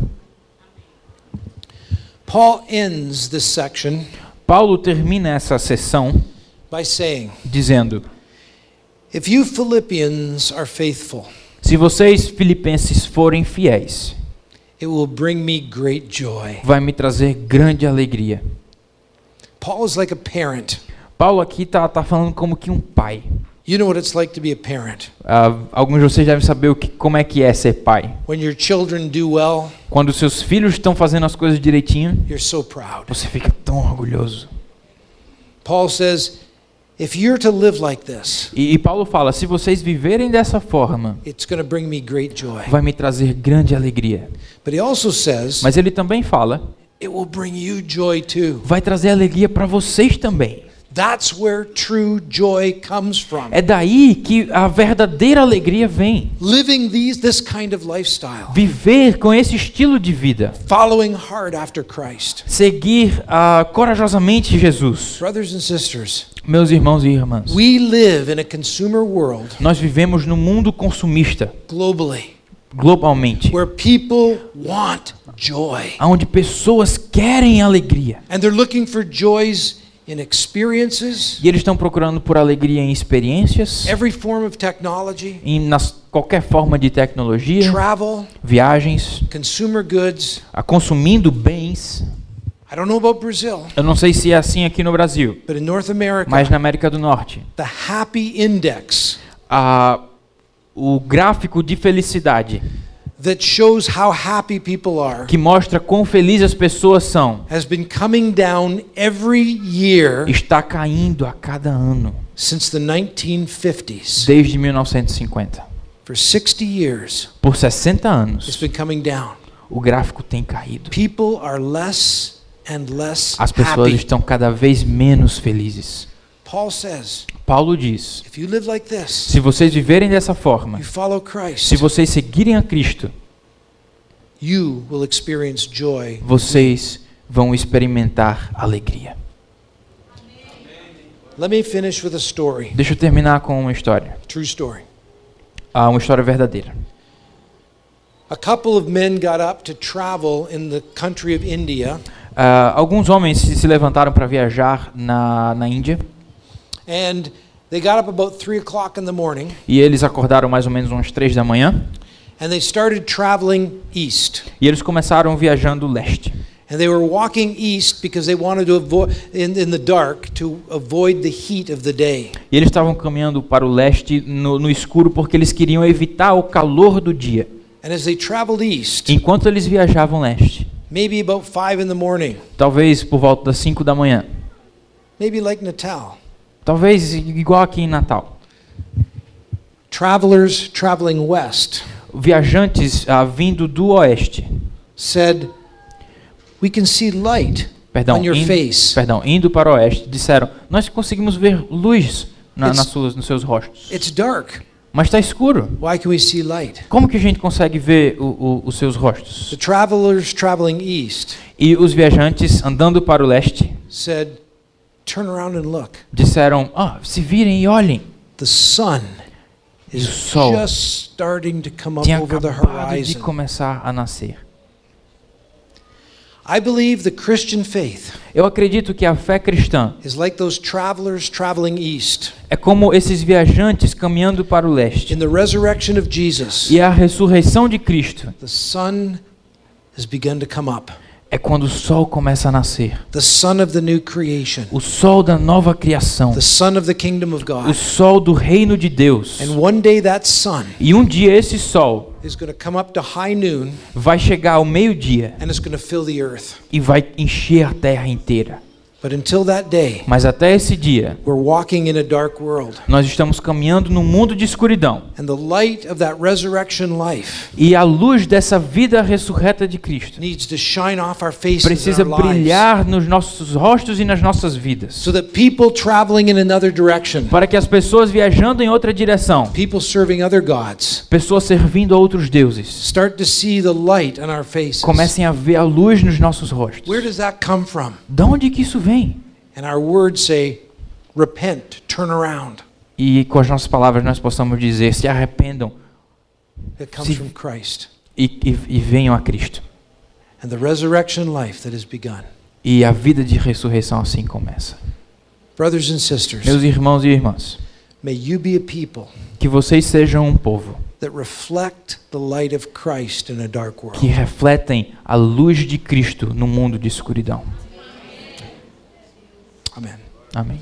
Paul ends this section Paulo termina essa sessão by saying, dizendo: if you Philippians are faithful, se vocês filipenses forem fiéis, it will bring me great joy. vai me trazer grande alegria. Paul is like a parent. Paulo aqui tá falando como que um pai. You know what it's like to be a parent. Alguns de vocês devem saber como é que é ser pai. When your children do well, Quando seus filhos estão fazendo as coisas direitinho, you're so proud. você fica tão orgulhoso. Paul says, if you're to live like this, E Paulo fala, se vocês viverem dessa forma, it's going to bring me great joy. vai me trazer grande alegria. But he also says, Mas ele também fala, it will bring you joy too. vai trazer alegria para vocês também. That's where true joy comes from. É daí que a verdadeira alegria vem. Living this kind of lifestyle. Viver com esse estilo de vida. Following hard after Christ. Seguir corajosamente Jesus. Brothers and sisters, meus irmãos e irmãs, we live in a consumer world, nós vivemos num mundo consumista, globalmente, where people want joy. Onde pessoas querem alegria. And they're looking for joys in experiences, e eles estão procurando por alegria em experiências, every form of technology, qualquer forma de tecnologia, travel, viagens, consumer goods, consumindo bens. I don't know about Brazil, eu não sei se é assim aqui no Brasil, but in North America, mas na América do Norte, the Happy Index, o gráfico de felicidade, that shows how happy people are, que mostra quão felizes as pessoas são, has been coming down every year, está caindo a cada ano, since the 1950s. Desde 1950. For 60 years, por 60 anos, it's been coming down. O gráfico tem caído. People are less and less as pessoas happy. Estão cada vez menos felizes. Paulo diz, if you live like this, se vocês viverem dessa forma, you follow Christ, se vocês seguirem a Cristo, you will experience joy. Vocês vão experimentar alegria. Let me finish with a story. Deixa eu terminar com uma história. True story. Uma história verdadeira. A couple of men got up to travel in the country of India. Alguns homens se levantaram para viajar na Índia. And they got up about 3 o'clock in the morning. E eles acordaram mais ou menos umas 3 da manhã. And they started traveling east. E eles começaram viajando leste. And they were walking east because they wanted to avoid in the dark to avoid the heat of the day. E eles estavam caminhando para o leste no escuro porque eles queriam evitar o calor do dia. And as they traveled east, enquanto eles viajavam leste, maybe about 5 in the morning, talvez por volta das 5 da manhã, maybe like Natal, talvez igual aqui em Natal, travelers traveling west, viajantes vindo do oeste, said, "We can see light on your face." Indo para o oeste, disseram, nós conseguimos ver luz nos seus rostos. It's dark. Mas está escuro. Why can we see light? Como que a gente consegue ver os seus rostos? The travelers traveling east, e os viajantes andando para o leste, said, "Turn around and look." Disseram, se virem e olhem. The sun is just starting to come up over the horizon. De começar a nascer. I believe the Christian faith eu acredito que a fé cristã is like those travelers traveling east. É como esses viajantes caminhando para o leste. In the resurrection of Jesus, e a ressurreição de Cristo, the sun has begun to come up. É quando o sol começa a nascer. The sun of the new creation. O sol da nova criação. The sun of the kingdom of God. O sol do reino de Deus. And one day that sun e um dia esse sol is going to come up to high noon. Vai chegar ao meio-dia. And it's going to fill the earth. E vai encher a terra inteira. But until that day, mas até esse dia, we're walking in a dark world. Nós estamos caminhando num mundo de escuridão. And the light of that resurrection life e a luz dessa vida ressurreta de Cristo needs to shine off our faces precisa and our brilhar nos nossos rostos e nas nossas vidas. So that people traveling in another direction, para que as pessoas viajando em outra direção, people serving other gods, pessoas servindo a outros deuses, start to see the light on our faces. Comecem a ver a luz nos nossos rostos. Where does that come from? De onde que isso vem? And our words say, repent, turn around. E com as nossas palavras nós possamos dizer, se arrependam. It comes from Christ. E venham a Cristo. And the resurrection life that has begun. E a vida de ressurreição assim começa. Brothers and sisters, meus irmãos e irmãs, may you be a people que vocês sejam um povo that reflect the light of Christ in a dark world. Que refletem a luz de Cristo no mundo de escuridão. Amém. Amém.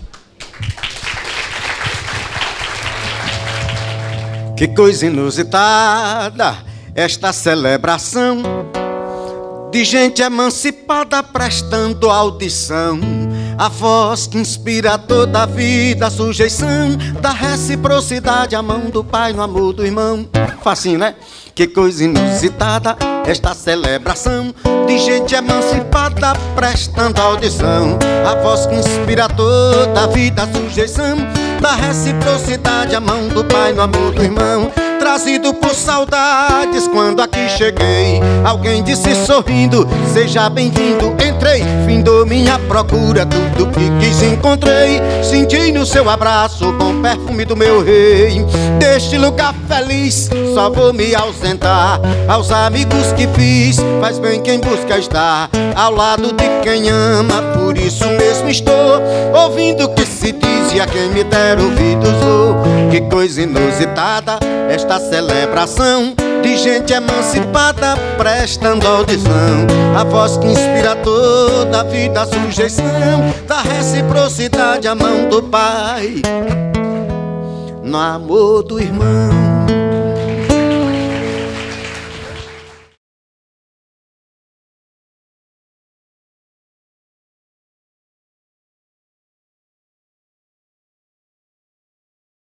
Que coisa inusitada esta celebração de gente emancipada prestando audição a voz que inspira toda a vida, a sujeição da reciprocidade, a mão do pai no amor do irmão. Facinho, né? Que coisa inusitada esta celebração de gente emancipada prestando audição. A voz que inspira toda a vida, a sujeição da reciprocidade, a mão do pai no amor do irmão. Trazido por saudades quando aqui cheguei, alguém disse sorrindo, seja bem-vindo. Entrei, findou minha procura, tudo que quis encontrei. Senti no seu abraço o bom perfume do meu rei. Deste lugar feliz só vou me ausentar. Aos amigos que fiz, faz bem quem busca estar ao lado de quem ama. Por isso mesmo estou ouvindo o que se diz, e a quem me der ouvidos vou. Que coisa inusitada esta celebração de gente emancipada prestando audição. A voz que inspira toda a vida, a sujeição da reciprocidade, a mão do pai no amor do irmão.